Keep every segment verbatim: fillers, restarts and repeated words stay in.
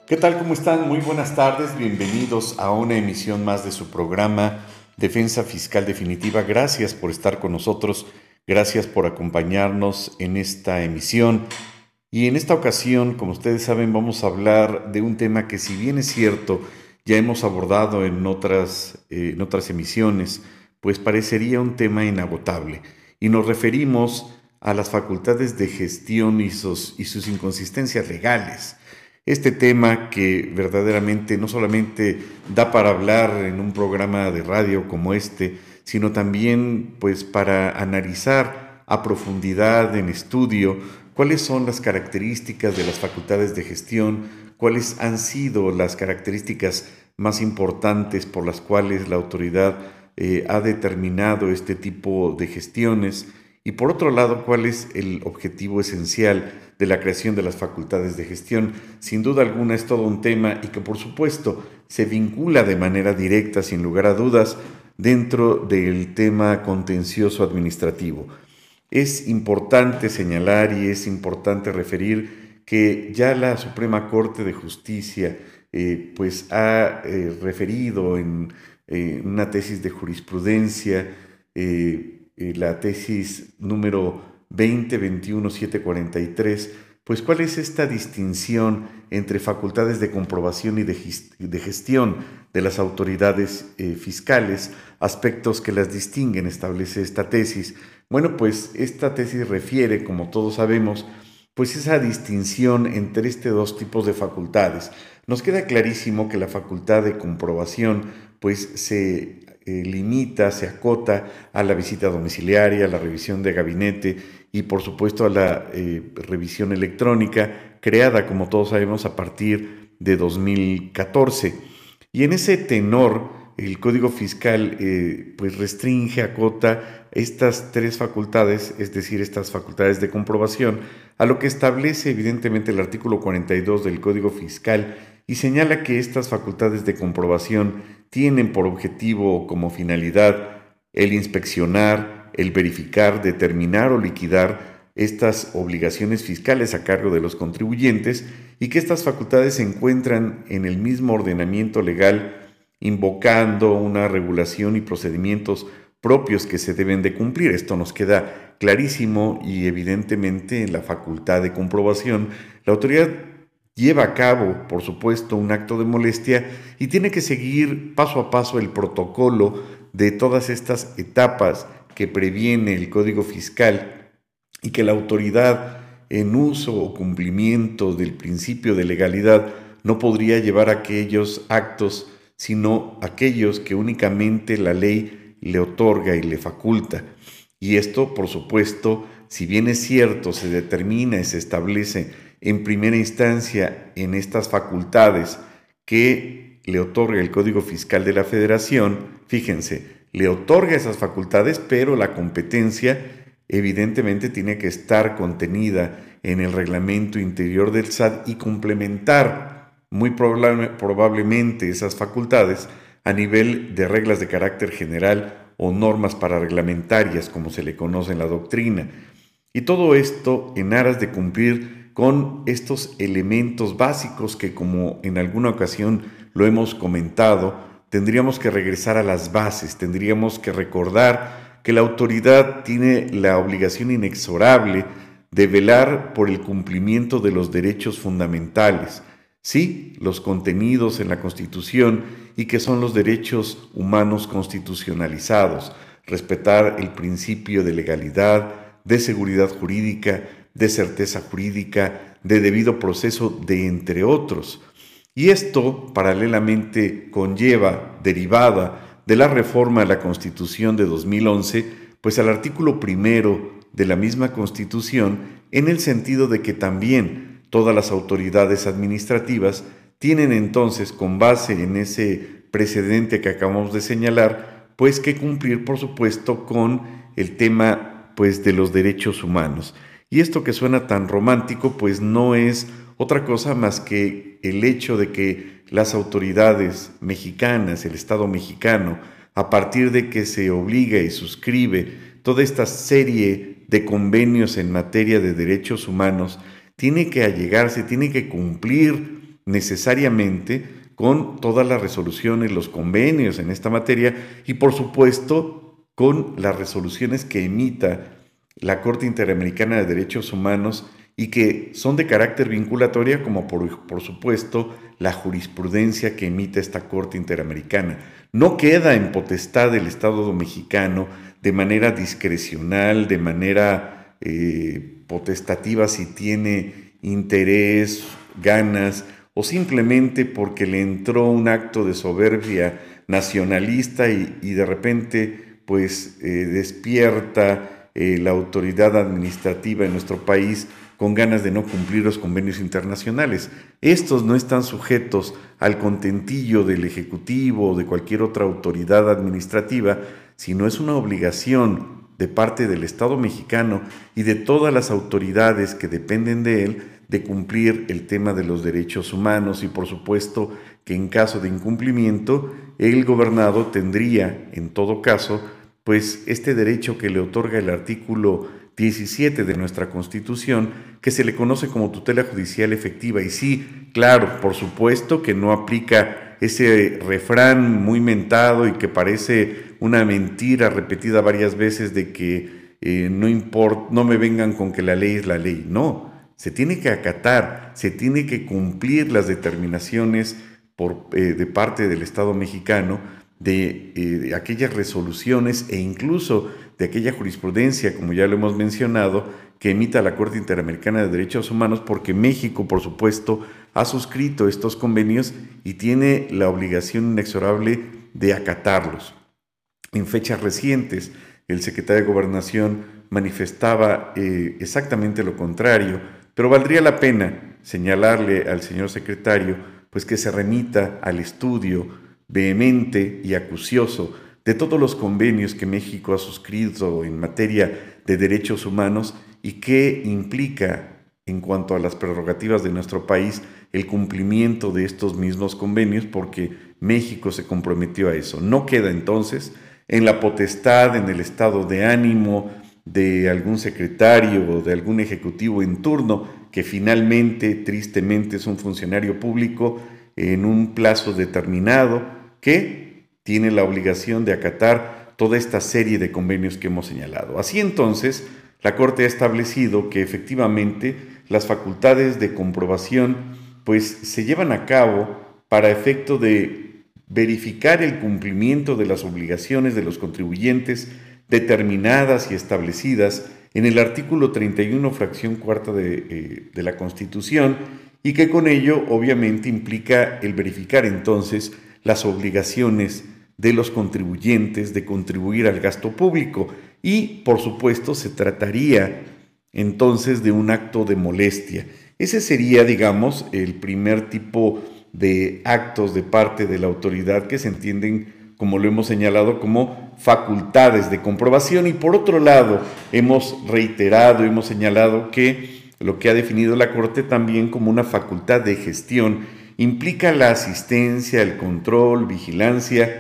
¿Qué tal? ¿Cómo están? Muy buenas tardes. Bienvenidos a una emisión más de su programa Defensa Fiscal Definitiva. Gracias por estar con nosotros. Gracias por acompañarnos en esta emisión. Y en esta ocasión, como ustedes saben, vamos a hablar de un tema que, si bien es cierto, ya hemos abordado en otras, eh, en otras emisiones, pues parecería un tema inagotable. Y nos referimos a las facultades de gestión y sus, y sus inconsistencias legales. Este tema que verdaderamente no solamente da para hablar en un programa de radio como este, sino también pues para analizar a profundidad en estudio cuáles son las características de las facultades de gestión, cuáles han sido las características más importantes por las cuales la autoridad eh, ha determinado este tipo de gestiones, y por otro lado, cuál es el objetivo esencial de la creación de las facultades de gestión. Sin duda alguna es todo un tema y que, por supuesto, se vincula de manera directa, sin lugar a dudas, dentro del tema contencioso administrativo. Es importante señalar y es importante referir que ya la Suprema Corte de Justicia eh, pues ha eh, referido en eh, una tesis de jurisprudencia, eh, eh, la tesis número veinte veintiuno setecientos cuarenta y tres, pues cuál es esta distinción entre facultades de comprobación y de, de gestión de las autoridades eh, fiscales, aspectos que las distinguen, establece esta tesis. Bueno, pues esta tesis refiere, como todos sabemos, pues esa distinción entre estos dos tipos de facultades. Nos queda clarísimo que la facultad de comprobación pues se eh, limita, se acota a la visita domiciliaria, a la revisión de gabinete y por supuesto a la eh, revisión electrónica, creada, como todos sabemos, a partir de dos mil catorce. Y en ese tenor, el Código Fiscal eh, pues restringe, acota estas tres facultades, es decir, estas facultades de comprobación, a lo que establece evidentemente el artículo cuarenta y dos del Código Fiscal, y señala que estas facultades de comprobación tienen por objetivo o como finalidad el inspeccionar, el verificar, determinar o liquidar estas obligaciones fiscales a cargo de los contribuyentes, y que estas facultades se encuentran en el mismo ordenamiento legal, invocando una regulación y procedimientos propios que se deben de cumplir. Esto nos queda clarísimo y evidentemente en la facultad de comprobación la autoridad lleva a cabo, por supuesto, un acto de molestia y tiene que seguir paso a paso el protocolo de todas estas etapas que previene el Código Fiscal, y que la autoridad, en uso o cumplimiento del principio de legalidad, no podría llevar aquellos actos, sino aquellos que únicamente la ley le otorga y le faculta. Y esto, por supuesto, si bien es cierto, se determina y se establece en primera instancia en estas facultades que le otorga el Código Fiscal de la Federación, fíjense, le otorga esas facultades, pero la competencia evidentemente tiene que estar contenida en el reglamento interior del S A T y complementar muy probable, probablemente esas facultades a nivel de reglas de carácter general o normas parareglamentarias, como se le conoce en la doctrina. Y todo esto en aras de cumplir con estos elementos básicos que, como en alguna ocasión lo hemos comentado, tendríamos que regresar a las bases, tendríamos que recordar que la autoridad tiene la obligación inexorable de velar por el cumplimiento de los derechos fundamentales, sí, los contenidos en la Constitución y que son los derechos humanos constitucionalizados, respetar el principio de legalidad, de seguridad jurídica, de certeza jurídica, de debido proceso, de entre otros. Y esto paralelamente conlleva, derivada de la reforma a la Constitución de dos mil once, pues al artículo primero de la misma Constitución, en el sentido de que también todas las autoridades administrativas tienen entonces, con base en ese precedente que acabamos de señalar, pues que cumplir, por supuesto, con el tema pues de los derechos humanos. Y esto que suena tan romántico, pues no es otra cosa más que el hecho de que las autoridades mexicanas, el Estado mexicano, a partir de que se obliga y suscribe toda esta serie de convenios en materia de derechos humanos, tiene que allegarse, tiene que cumplir necesariamente con todas las resoluciones, los convenios en esta materia y por supuesto con las resoluciones que emita la Corte Interamericana de Derechos Humanos y que son de carácter vinculatoria, como por, por supuesto la jurisprudencia que emite esta Corte Interamericana. No queda en potestad del Estado mexicano de manera discrecional, de manera eh, potestativa, si tiene interés, ganas, o simplemente porque le entró un acto de soberbia nacionalista y, y de repente pues eh, despierta eh, la autoridad administrativa en nuestro país con ganas de no cumplir los convenios internacionales. Estos no están sujetos al contentillo del Ejecutivo o de cualquier otra autoridad administrativa, sino es una obligación de parte del Estado mexicano y de todas las autoridades que dependen de él de cumplir el tema de los derechos humanos y por supuesto que en caso de incumplimiento el gobernado tendría en todo caso pues este derecho que le otorga el artículo diecisiete de nuestra Constitución, que se le conoce como tutela judicial efectiva. Y sí, claro, por supuesto que no aplica ese refrán muy mentado y que parece una mentira repetida varias veces de que eh, no importa, no me vengan con que la ley es la ley. No, se tiene que acatar, se tiene que cumplir las determinaciones por, eh, de parte del Estado mexicano de, eh, de aquellas resoluciones e incluso de aquella jurisprudencia, como ya lo hemos mencionado, que emita la Corte Interamericana de Derechos Humanos, porque México, por supuesto, ha suscrito estos convenios y tiene la obligación inexorable de acatarlos. En fechas recientes, el secretario de Gobernación manifestaba eh, exactamente lo contrario, pero valdría la pena señalarle al señor secretario pues que se remita al estudio vehemente y acucioso de todos los convenios que México ha suscrito en materia de derechos humanos y que implica, en cuanto a las prerrogativas de nuestro país, el cumplimiento de estos mismos convenios, porque México se comprometió a eso. No queda entonces en la potestad, en el estado de ánimo de algún secretario o de algún ejecutivo en turno, que finalmente, tristemente, es un funcionario público en un plazo determinado, que tiene la obligación de acatar toda esta serie de convenios que hemos señalado. Así entonces, la Corte ha establecido que efectivamente las facultades de comprobación pues, se llevan a cabo para efecto de verificar el cumplimiento de las obligaciones de los contribuyentes determinadas y establecidas en el artículo treinta y uno, fracción cuarta de, eh, de la Constitución, y que con ello obviamente implica el verificar entonces las obligaciones de los contribuyentes de contribuir al gasto público y, por supuesto, se trataría entonces de un acto de molestia. Ese sería, digamos, el primer tipo de actos de parte de la autoridad que se entienden, como lo hemos señalado, como facultades de comprobación. Y por otro lado, hemos reiterado, hemos señalado que lo que ha definido la Corte también como una facultad de gestión implica la asistencia, el control, vigilancia,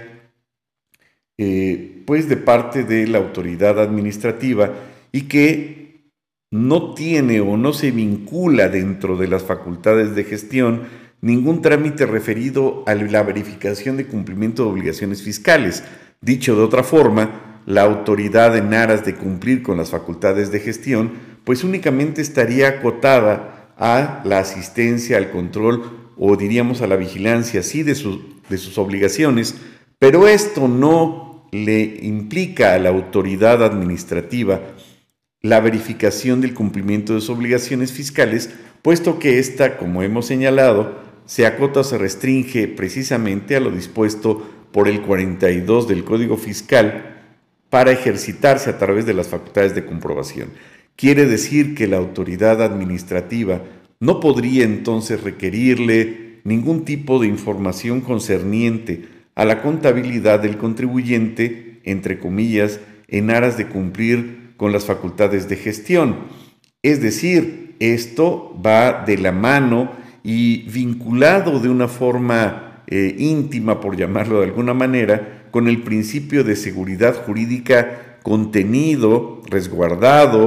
eh, pues de parte de la autoridad administrativa y que no tiene o no se vincula dentro de las facultades de gestión ningún trámite referido a la verificación de cumplimiento de obligaciones fiscales. Dicho de otra forma, la autoridad en aras de cumplir con las facultades de gestión, pues únicamente estaría acotada a la asistencia, al control o diríamos a la vigilancia, sí, de, su, de sus obligaciones, pero esto no le implica a la autoridad administrativa la verificación del cumplimiento de sus obligaciones fiscales, puesto que ésta, como hemos señalado, se acota o se restringe precisamente a lo dispuesto por el cuarenta y dos del Código Fiscal para ejercitarse a través de las facultades de comprobación. Quiere decir que la autoridad administrativa no podría entonces requerirle ningún tipo de información concerniente a la contabilidad del contribuyente, entre comillas, en aras de cumplir con las facultades de gestión. Es decir, esto va de la mano y vinculado de una forma eh, íntima, por llamarlo de alguna manera, con el principio de seguridad jurídica contenido, resguardado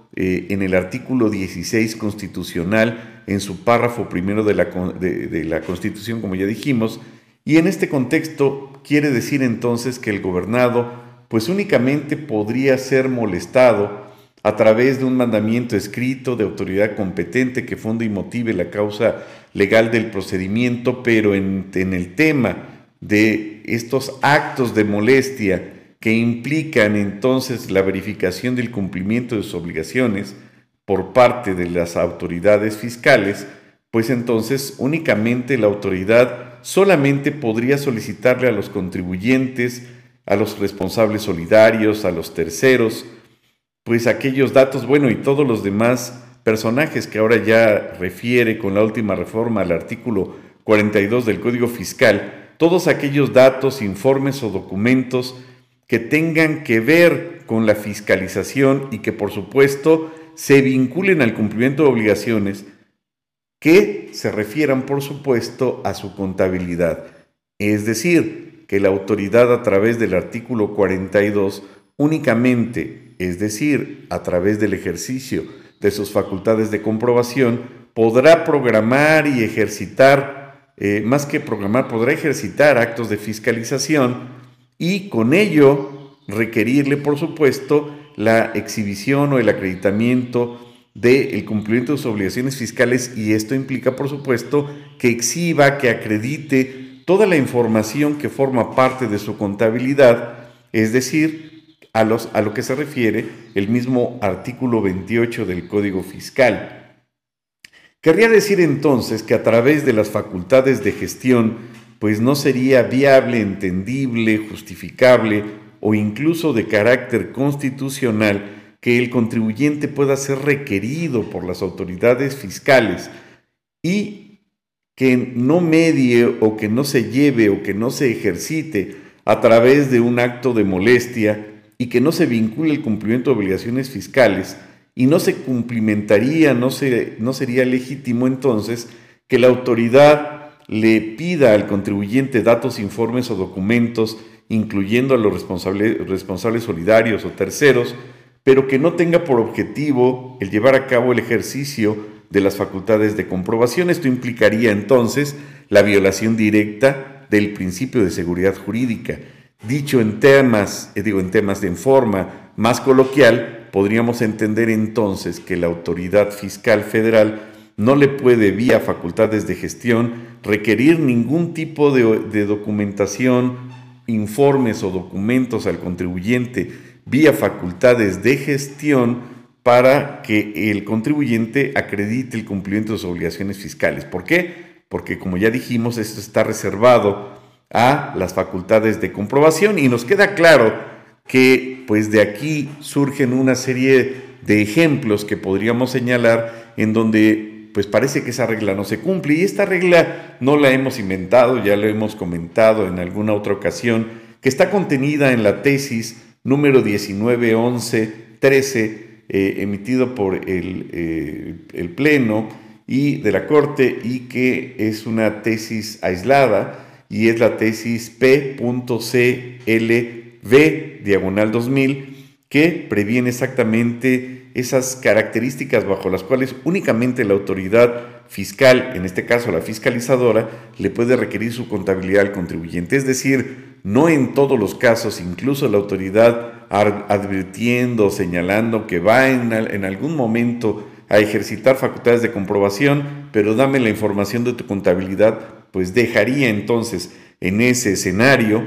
eh, en el artículo dieciséis constitucional, en su párrafo primero de la, de, de la Constitución, como ya dijimos, y en este contexto quiere decir entonces que el gobernado pues únicamente podría ser molestado a través de un mandamiento escrito de autoridad competente que funde y motive la causa legal del procedimiento, pero en, en el tema de estos actos de molestia que implican entonces la verificación del cumplimiento de sus obligaciones por parte de las autoridades fiscales, pues entonces únicamente la autoridad solamente podría solicitarle a los contribuyentes, a los responsables solidarios, a los terceros, pues aquellos datos, bueno, y todos los demás personajes que ahora ya refiere con la última reforma al artículo cuarenta y dos del Código Fiscal, todos aquellos datos, informes o documentos que tengan que ver con la fiscalización y que por supuesto se vinculen al cumplimiento de obligaciones que se refieran por supuesto a su contabilidad. Es decir, que la autoridad a través del artículo cuarenta y dos únicamente, es decir, a través del ejercicio de sus facultades de comprobación, podrá programar y ejercitar, eh, más que programar, podrá ejercitar actos de fiscalización y con ello requerirle, por supuesto, la exhibición o el acreditamiento del cumplimiento de sus obligaciones fiscales, y esto implica, por supuesto, que exhiba, que acredite toda la información que forma parte de su contabilidad, es decir, a, los, a lo que se refiere el mismo artículo veintiocho del Código Fiscal. Querría decir entonces que a través de las facultades de gestión, pues no sería viable, entendible, justificable o incluso de carácter constitucional que el contribuyente pueda ser requerido por las autoridades fiscales y que no medie o que no se lleve o que no se ejercite a través de un acto de molestia y que no se vincule el cumplimiento de obligaciones fiscales, y no se cumplimentaría, no, se, no sería legítimo entonces que la autoridad le pida al contribuyente datos, informes o documentos, incluyendo a los responsables, responsables solidarios o terceros, pero que no tenga por objetivo el llevar a cabo el ejercicio de las facultades de comprobación. Esto implicaría entonces la violación directa del principio de seguridad jurídica. Dicho en temas, eh, digo en temas de en forma más coloquial, podríamos entender entonces que la autoridad fiscal federal no le puede, vía facultades de gestión, requerir ningún tipo de, de documentación, informes o documentos al contribuyente vía facultades de gestión para que el contribuyente acredite el cumplimiento de sus obligaciones fiscales. ¿Por qué? Porque, como ya dijimos, esto está reservado a las facultades de comprobación, y nos queda claro que pues de aquí surgen una serie de ejemplos que podríamos señalar en donde pues parece que esa regla no se cumple, y esta regla no la hemos inventado, ya lo hemos comentado en alguna otra ocasión, que está contenida en la tesis número diecinueve once trece, eh, emitido por el, eh, el Pleno y de la Corte, y que es una tesis aislada, y es la tesis P C L V diagonal dos mil, que previene exactamente esas características bajo las cuales únicamente la autoridad fiscal, en este caso la fiscalizadora, le puede requerir su contabilidad al contribuyente. Es decir, no en todos los casos, incluso la autoridad advirtiendo, señalando que va en, en algún momento a ejercitar facultades de comprobación, pero dame la información de tu contabilidad, pues dejaría entonces en ese escenario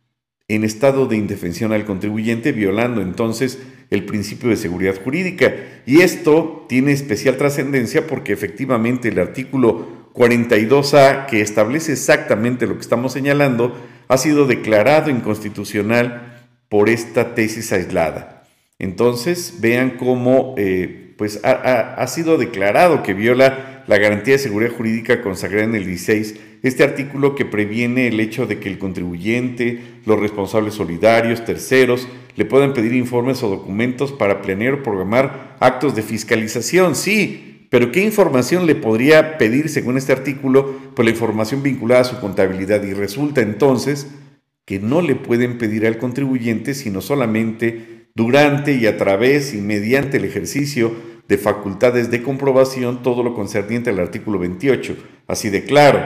en estado de indefensión al contribuyente, violando entonces el principio de seguridad jurídica. Y esto tiene especial trascendencia porque efectivamente el artículo cuarenta y dos A, que establece exactamente lo que estamos señalando, ha sido declarado inconstitucional por esta tesis aislada. Entonces, vean cómo eh, pues ha, ha, ha sido declarado que viola la garantía de seguridad jurídica consagrada en el dieciséis, este artículo que previene el hecho de que el contribuyente, los responsables solidarios, terceros, le puedan pedir informes o documentos para planear o programar actos de fiscalización. Sí, pero ¿qué información le podría pedir según este artículo? Pues la información vinculada a su contabilidad, y resulta entonces que no le pueden pedir al contribuyente sino solamente durante y a través y mediante el ejercicio de facultades de comprobación, todo lo concerniente al artículo veintiocho, así de claro.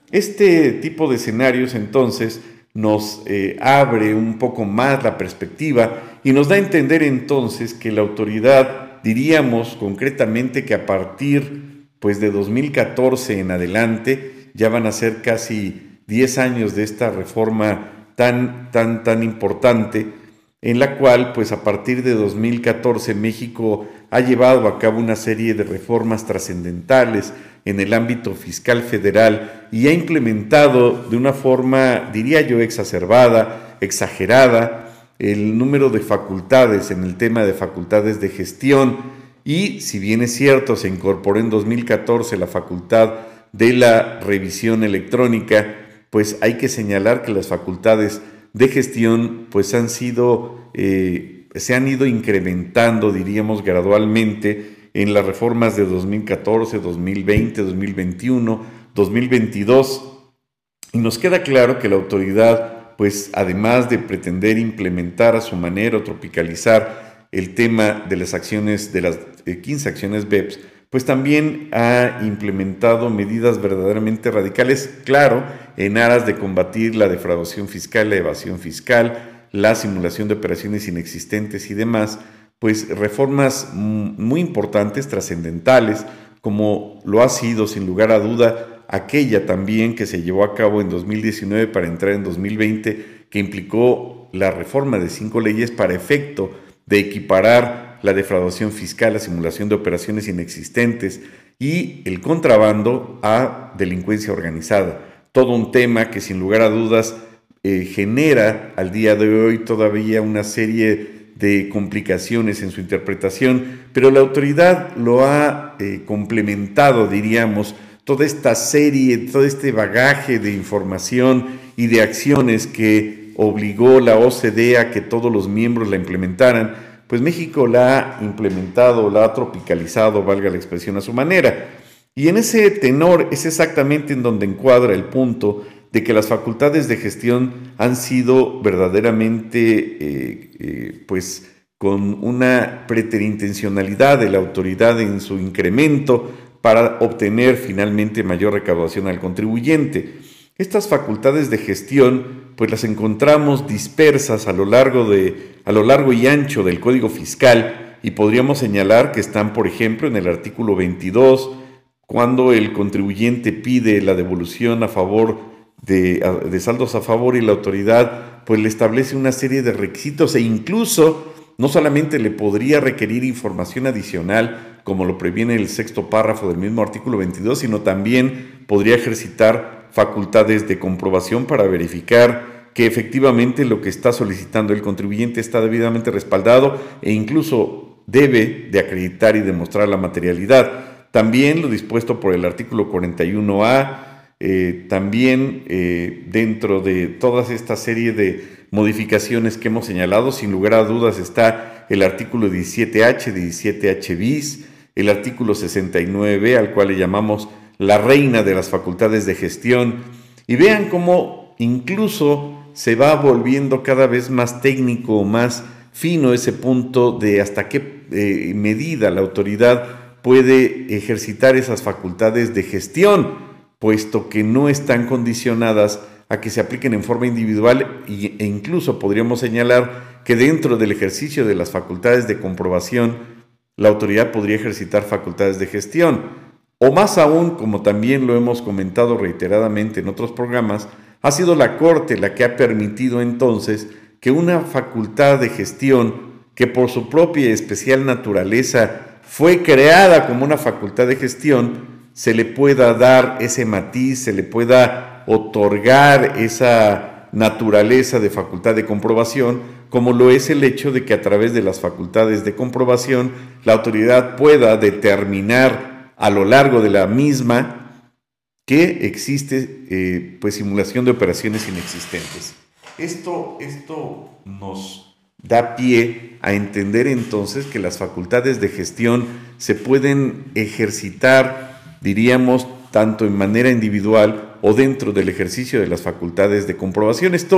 Este tipo de escenarios entonces nos eh, abre un poco más la perspectiva y nos da a entender entonces que la autoridad, diríamos concretamente que a partir pues de dos mil catorce en adelante, ya van a ser casi diez años de esta reforma tan, tan, tan importante, en la cual pues a partir de dos mil catorce México ha llevado a cabo una serie de reformas trascendentales en el ámbito fiscal federal y ha implementado de una forma, diría yo, exacerbada, exagerada, el número de facultades en el tema de facultades de gestión. Y si bien es cierto, se incorporó en dos mil catorce la facultad de la revisión electrónica, pues hay que señalar que las facultades de gestión pues han sido, eh, se han ido incrementando, diríamos, gradualmente en las reformas de dos mil catorce, dos mil veinte, dos mil veintiuno, dos mil veintidós. Y nos queda claro que la autoridad, pues además de pretender implementar a su manera o tropicalizar el tema de las acciones, de las quince acciones B E P S, pues también ha implementado medidas verdaderamente radicales, claro, en aras de combatir la defraudación fiscal, la evasión fiscal, la simulación de operaciones inexistentes y demás, pues reformas muy importantes, trascendentales, como lo ha sido sin lugar a duda aquella también que se llevó a cabo en dos mil diecinueve para entrar en dos mil veinte, que implicó la reforma de cinco leyes para efecto de equiparar la defraudación fiscal, la simulación de operaciones inexistentes y el contrabando a delincuencia organizada. Todo un tema que sin lugar a dudas eh, genera al día de hoy todavía una serie de complicaciones en su interpretación, pero la autoridad lo ha eh, complementado, diríamos, toda esta serie, todo este bagaje de información y de acciones que obligó la O C D E a que todos los miembros la implementaran, pues México la ha implementado, la ha tropicalizado, valga la expresión, a su manera. Y en ese tenor es exactamente en donde encuadra el punto de que las facultades de gestión han sido verdaderamente, eh, eh, pues, con una preterintencionalidad de la autoridad en su incremento para obtener finalmente mayor recaudación al contribuyente. Estas facultades de gestión, pues las encontramos dispersas a lo largo de, a lo largo y ancho del Código Fiscal, y podríamos señalar que están, por ejemplo, en el artículo veintidós, cuando el contribuyente pide la devolución a favor de, de saldos a favor, y la autoridad pues le establece una serie de requisitos e incluso no solamente le podría requerir información adicional, como lo previene el sexto párrafo del mismo artículo veintidós, sino también podría ejercitar facultades de comprobación para verificar que efectivamente lo que está solicitando el contribuyente está debidamente respaldado e incluso debe de acreditar y demostrar la materialidad. También lo dispuesto por el artículo cuarenta y uno A, eh, también eh, dentro de toda esta serie de modificaciones que hemos señalado, sin lugar a dudas está el artículo diecisiete H, diecisiete H bis, el artículo sesenta y nueve, al cual le llamamos la reina de las facultades de gestión, y vean cómo incluso se va volviendo cada vez más técnico, más fino ese punto de hasta qué eh, medida la autoridad puede ejercitar esas facultades de gestión, puesto que no están condicionadas a que se apliquen en forma individual, e incluso podríamos señalar que dentro del ejercicio de las facultades de comprobación, la autoridad podría ejercitar facultades de gestión. O más aún, como también lo hemos comentado reiteradamente en otros programas, ha sido la Corte la que ha permitido entonces que una facultad de gestión que por su propia y especial naturaleza fue creada como una facultad de gestión, se le pueda dar ese matiz, se le pueda otorgar esa naturaleza de facultad de comprobación, como lo es el hecho de que a través de las facultades de comprobación la autoridad pueda determinar a lo largo de la misma que existe eh, pues simulación de operaciones inexistentes. Esto, esto nos da pie a entender entonces que las facultades de gestión se pueden ejercitar, diríamos, tanto en manera individual o dentro del ejercicio de las facultades de comprobación. Esto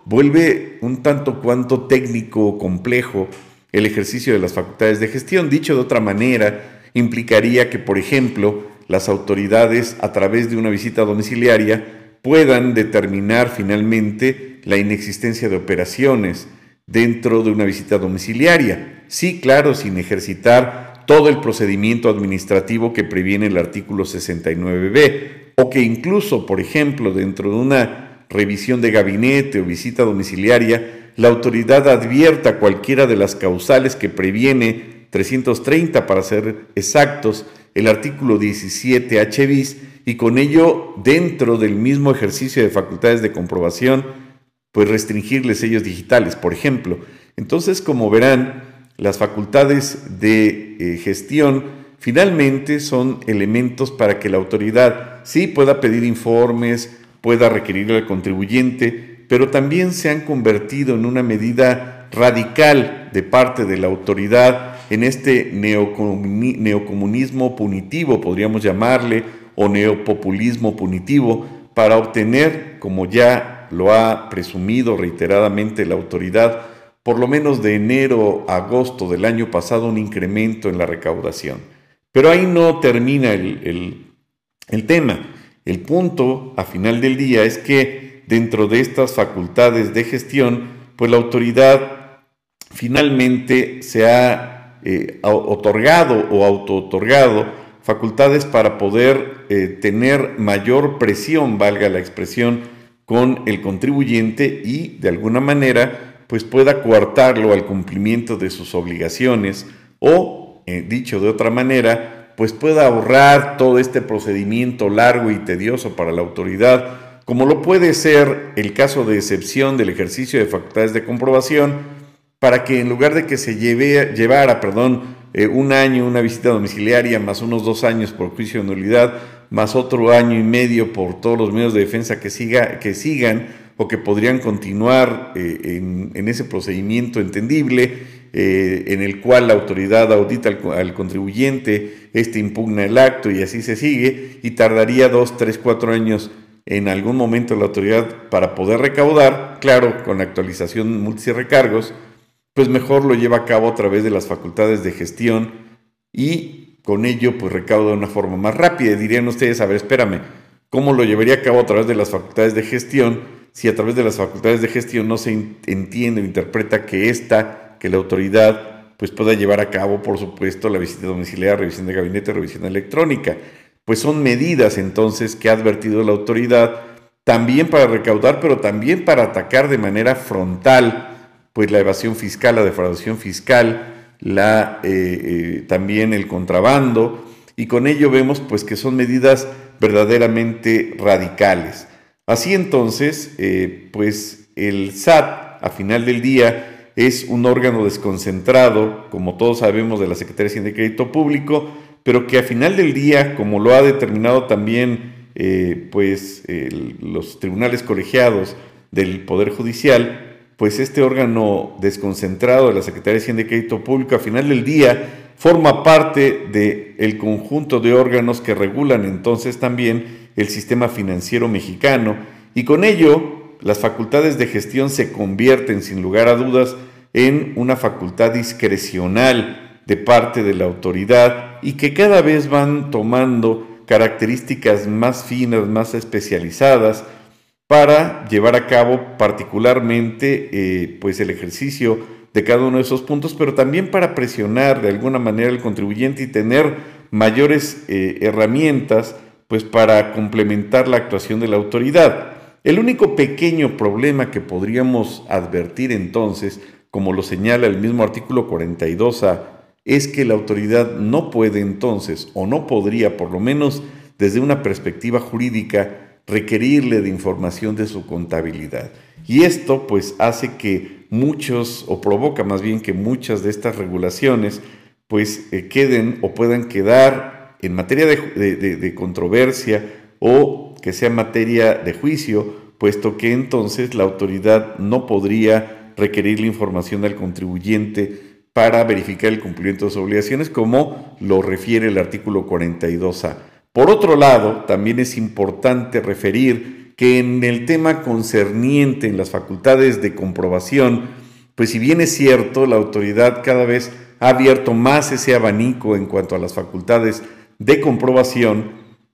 vuelve un tanto cuanto técnico o complejo el ejercicio de las facultades de gestión. Dicho de otra manera, implicaría que, por ejemplo, las autoridades, a través de una visita domiciliaria, puedan determinar finalmente la inexistencia de operaciones dentro de una visita domiciliaria. Sí, claro, sin ejercitar todo el procedimiento administrativo que previene el artículo sesenta y nueve B, o que incluso, por ejemplo, dentro de una revisión de gabinete o visita domiciliaria, la autoridad advierta cualquiera de las causales que previene trescientos treinta, para ser exactos, el artículo diecisiete H bis, y con ello, dentro del mismo ejercicio de facultades de comprobación, pues restringirles sellos digitales, por ejemplo. Entonces, como verán, las facultades de eh, gestión finalmente son elementos para que la autoridad sí pueda pedir informes, pueda requerir al contribuyente, pero también se han convertido en una medida radical de parte de la autoridad en este neocomuni- neocomunismo punitivo, podríamos llamarle, o neopopulismo punitivo, para obtener, como ya lo ha presumido reiteradamente la autoridad, por lo menos de enero a agosto del año pasado, un incremento en la recaudación. Pero ahí no termina el, el, el tema. El punto, a final del día, es que dentro de estas facultades de gestión, pues la autoridad finalmente se ha eh, otorgado o autootorgado facultades para poder eh, tener mayor presión, valga la expresión, con el contribuyente y, de alguna manera, pues pueda coartarlo al cumplimiento de sus obligaciones o, eh, dicho de otra manera, pues pueda ahorrar todo este procedimiento largo y tedioso para la autoridad, como lo puede ser el caso de excepción del ejercicio de facultades de comprobación, para que en lugar de que se lleve, llevara perdón, eh, un año una visita domiciliaria, más unos dos años por juicio de nulidad, más otro año y medio por todos los medios de defensa que, siga, que sigan o que podrían continuar eh, en, en ese procedimiento entendible, eh, en el cual la autoridad audita al, al contribuyente, este impugna el acto y así se sigue, y tardaría dos, tres, cuatro años en algún momento la autoridad para poder recaudar, claro, con la actualización multis y recargos, pues mejor lo lleva a cabo a través de las facultades de gestión y con ello pues recauda de una forma más rápida. Y dirían ustedes, a ver, espérame, ¿cómo lo llevaría a cabo a través de las facultades de gestión si a través de las facultades de gestión no se entiende o interpreta que esta, que la autoridad pues pueda llevar a cabo, por supuesto, la visita domiciliaria, revisión de gabinete, revisión electrónica? Pues son medidas entonces que ha advertido la autoridad también para recaudar, pero también para atacar de manera frontal pues la evasión fiscal, la defraudación fiscal, la, eh, eh, también el contrabando, y con ello vemos pues que son medidas verdaderamente radicales. Así entonces, eh, pues el S A T a final del día es un órgano desconcentrado, como todos sabemos, de la Secretaría de Hacienda y Crédito Público, pero que a final del día, como lo ha determinado también eh, pues el, los tribunales colegiados del Poder Judicial, pues este órgano desconcentrado de la Secretaría de Hacienda y Crédito Público a final del día forma parte del conjunto de órganos que regulan entonces también el sistema financiero mexicano, y con ello las facultades de gestión se convierten sin lugar a dudas en una facultad discrecional de parte de la autoridad y que cada vez van tomando características más finas, más especializadas, para llevar a cabo particularmente eh, pues el ejercicio de cada uno de esos puntos, pero también para presionar de alguna manera al contribuyente y tener mayores eh, herramientas pues para complementar la actuación de la autoridad. El único pequeño problema que podríamos advertir entonces, como lo señala el mismo artículo cuarenta y dos A, es que la autoridad no puede entonces, o no podría, por lo menos desde una perspectiva jurídica, requerirle de información de su contabilidad. Y esto pues hace que muchos, o provoca más bien que muchas de estas regulaciones pues eh, queden o puedan quedar en materia de, de, de controversia o que sea materia de juicio, puesto que entonces la autoridad no podría requerir la información al contribuyente para verificar el cumplimiento de sus obligaciones, como lo refiere el artículo cuarenta y dos A. Por otro lado, también es importante referir que en el tema concerniente en las facultades de comprobación, pues si bien es cierto, la autoridad cada vez ha abierto más ese abanico en cuanto a las facultades de comprobación,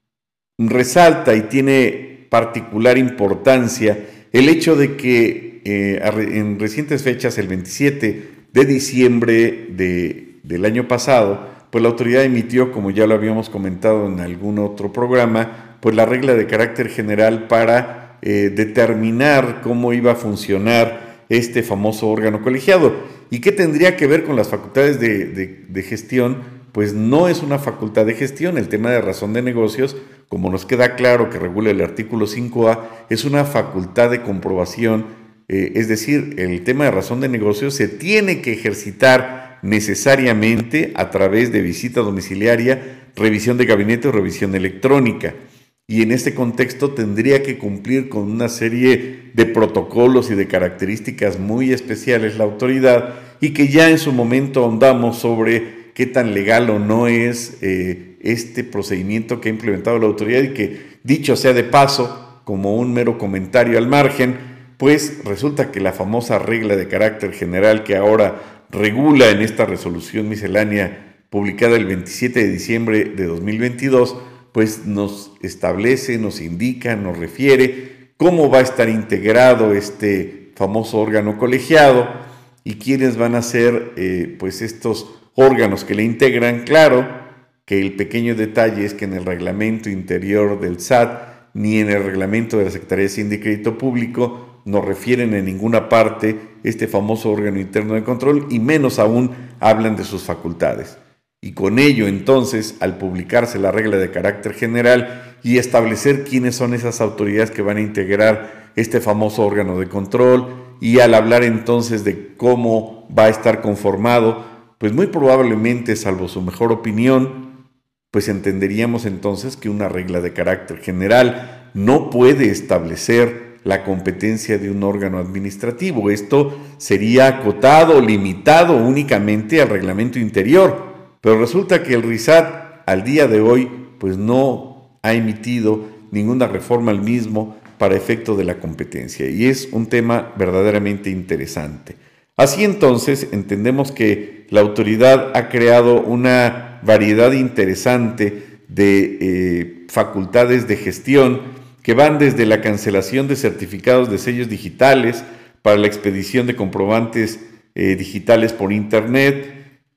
resalta y tiene particular importancia el hecho de que eh, en recientes fechas, el veintisiete de diciembre de, del año pasado, pues la autoridad emitió, como ya lo habíamos comentado en algún otro programa, pues la regla de carácter general para eh, determinar cómo iba a funcionar este famoso órgano colegiado. ¿Y qué tendría que ver con las facultades de, de, de gestión? Pues no es una facultad de gestión. El tema de razón de negocios, como nos queda claro que regula el artículo cinco A, es una facultad de comprobación, eh, es decir, el tema de razón de negocios se tiene que ejercitar necesariamente a través de visita domiciliaria, revisión de gabinete o revisión electrónica. Y en este contexto tendría que cumplir con una serie de protocolos y de características muy especiales la autoridad, y que ya en su momento ahondamos sobre qué tan legal o no es eh, este procedimiento que ha implementado la autoridad, y que, dicho sea de paso, como un mero comentario al margen, pues resulta que la famosa regla de carácter general que ahora regula en esta resolución miscelánea publicada el veintisiete de diciembre de dos mil veintidós, pues nos establece, nos indica, nos refiere cómo va a estar integrado este famoso órgano colegiado y quiénes van a ser eh, pues estos órganos que le integran. Claro que el pequeño detalle es que en el reglamento interior del S A T ni en el reglamento de la Secretaría de Hacienda y Crédito Público nos refieren en ninguna parte este famoso órgano interno de control, y menos aún hablan de sus facultades. Y con ello, entonces, al publicarse la regla de carácter general y establecer quiénes son esas autoridades que van a integrar este famoso órgano de control, y al hablar entonces de cómo va a estar conformado, pues muy probablemente, salvo su mejor opinión, pues entenderíamos entonces que una regla de carácter general no puede establecer la competencia de un órgano administrativo. Esto sería acotado, limitado únicamente al reglamento interior, pero resulta que el R I S A T al día de hoy pues no ha emitido ninguna reforma al mismo para efecto de la competencia, y es un tema verdaderamente interesante. Así entonces entendemos que la autoridad ha creado una variedad interesante de eh, facultades de gestión que van desde la cancelación de certificados de sellos digitales para la expedición de comprobantes eh, digitales por Internet,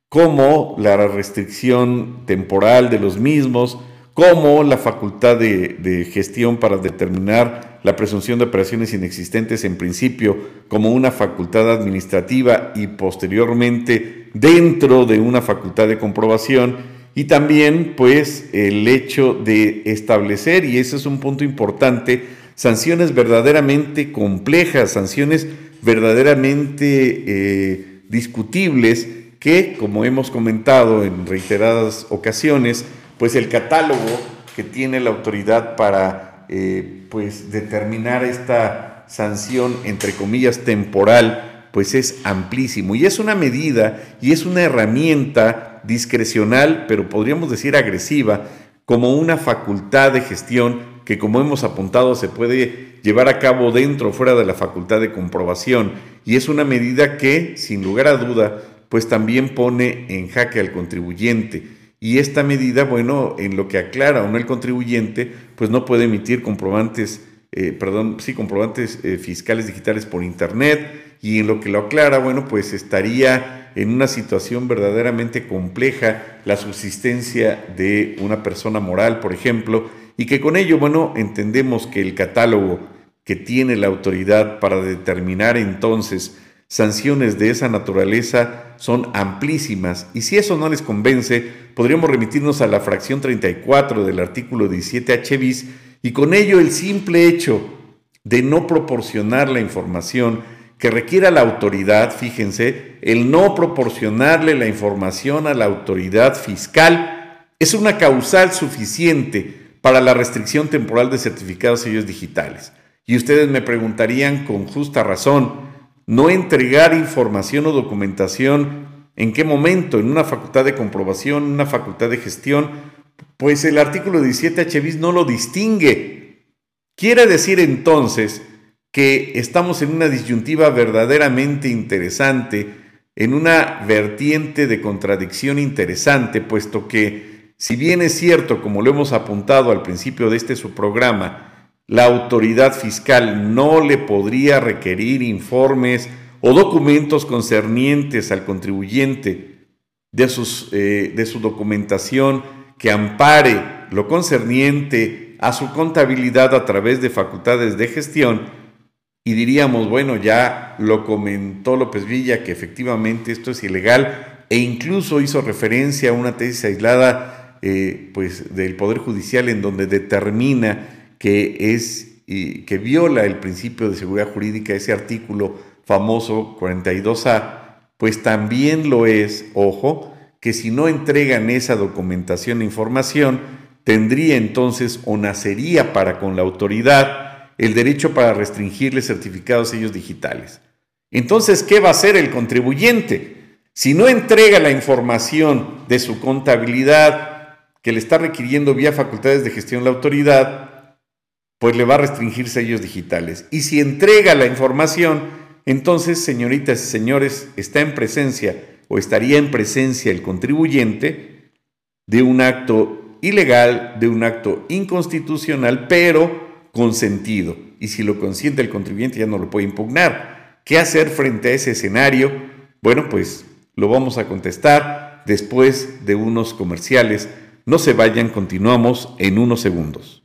como la restricción temporal de los mismos, como la facultad de, de gestión para determinar la presunción de operaciones inexistentes en principio como una facultad administrativa y posteriormente dentro de una facultad de comprobación. Y también, pues, el hecho de establecer, y ese es un punto importante, sanciones verdaderamente complejas, sanciones verdaderamente eh, discutibles, que, como hemos comentado en reiteradas ocasiones, pues el catálogo que tiene la autoridad para eh, pues, determinar esta sanción, entre comillas, temporal, pues es amplísimo. Y es una medida y es una herramienta discrecional, pero podríamos decir agresiva, como una facultad de gestión que, como hemos apuntado, se puede llevar a cabo dentro o fuera de la facultad de comprobación, y es una medida que, sin lugar a duda, pues también pone en jaque al contribuyente. Y esta medida, bueno, en lo que aclara o no el contribuyente, pues no puede emitir comprobantes, eh, perdón, sí, comprobantes eh, fiscales digitales por Internet, y en lo que lo aclara, bueno, pues estaría en una situación verdaderamente compleja la subsistencia de una persona moral, por ejemplo, y que con ello, bueno, entendemos que el catálogo que tiene la autoridad para determinar entonces sanciones de esa naturaleza son amplísimas, y si eso no les convence, podríamos remitirnos a la fracción treinta y cuatro del artículo diecisiete H bis, y con ello el simple hecho de no proporcionar la información que requiera la autoridad, fíjense, el no proporcionarle la información a la autoridad fiscal es una causal suficiente para la restricción temporal de certificados y sellos digitales. Y ustedes me preguntarían con justa razón, ¿no entregar información o documentación en qué momento? ¿En una facultad de comprobación, en una facultad de gestión? Pues el artículo diecisiete H bis no lo distingue. Quiere decir entonces que estamos en una disyuntiva verdaderamente interesante, en una vertiente de contradicción interesante, puesto que, si bien es cierto, como lo hemos apuntado al principio de este su programa, la autoridad fiscal no le podría requerir informes o documentos concernientes al contribuyente de, sus, eh, de su documentación que ampare lo concerniente a su contabilidad a través de facultades de gestión, y diríamos, bueno, ya lo comentó López Villa que efectivamente esto es ilegal, e incluso hizo referencia a una tesis aislada eh, pues, del Poder Judicial en donde determina que, es, eh, que viola el principio de seguridad jurídica, ese artículo famoso cuarenta y dos A, pues también lo es, ojo, que si no entregan esa documentación e información, tendría entonces o nacería para con la autoridad el derecho para restringirle certificados sellos digitales. Entonces, ¿qué va a hacer el contribuyente? Si no entrega la información de su contabilidad que le está requiriendo vía facultades de gestión la autoridad, pues le va a restringir sellos digitales. Y si entrega la información, entonces, señoritas y señores, está en presencia o estaría en presencia el contribuyente de un acto ilegal, de un acto inconstitucional, pero consentido. Y si lo consiente el contribuyente, ya no lo puede impugnar. ¿Qué hacer frente a ese escenario? Bueno, pues lo vamos a contestar después de unos comerciales. No se vayan, continuamos en unos segundos.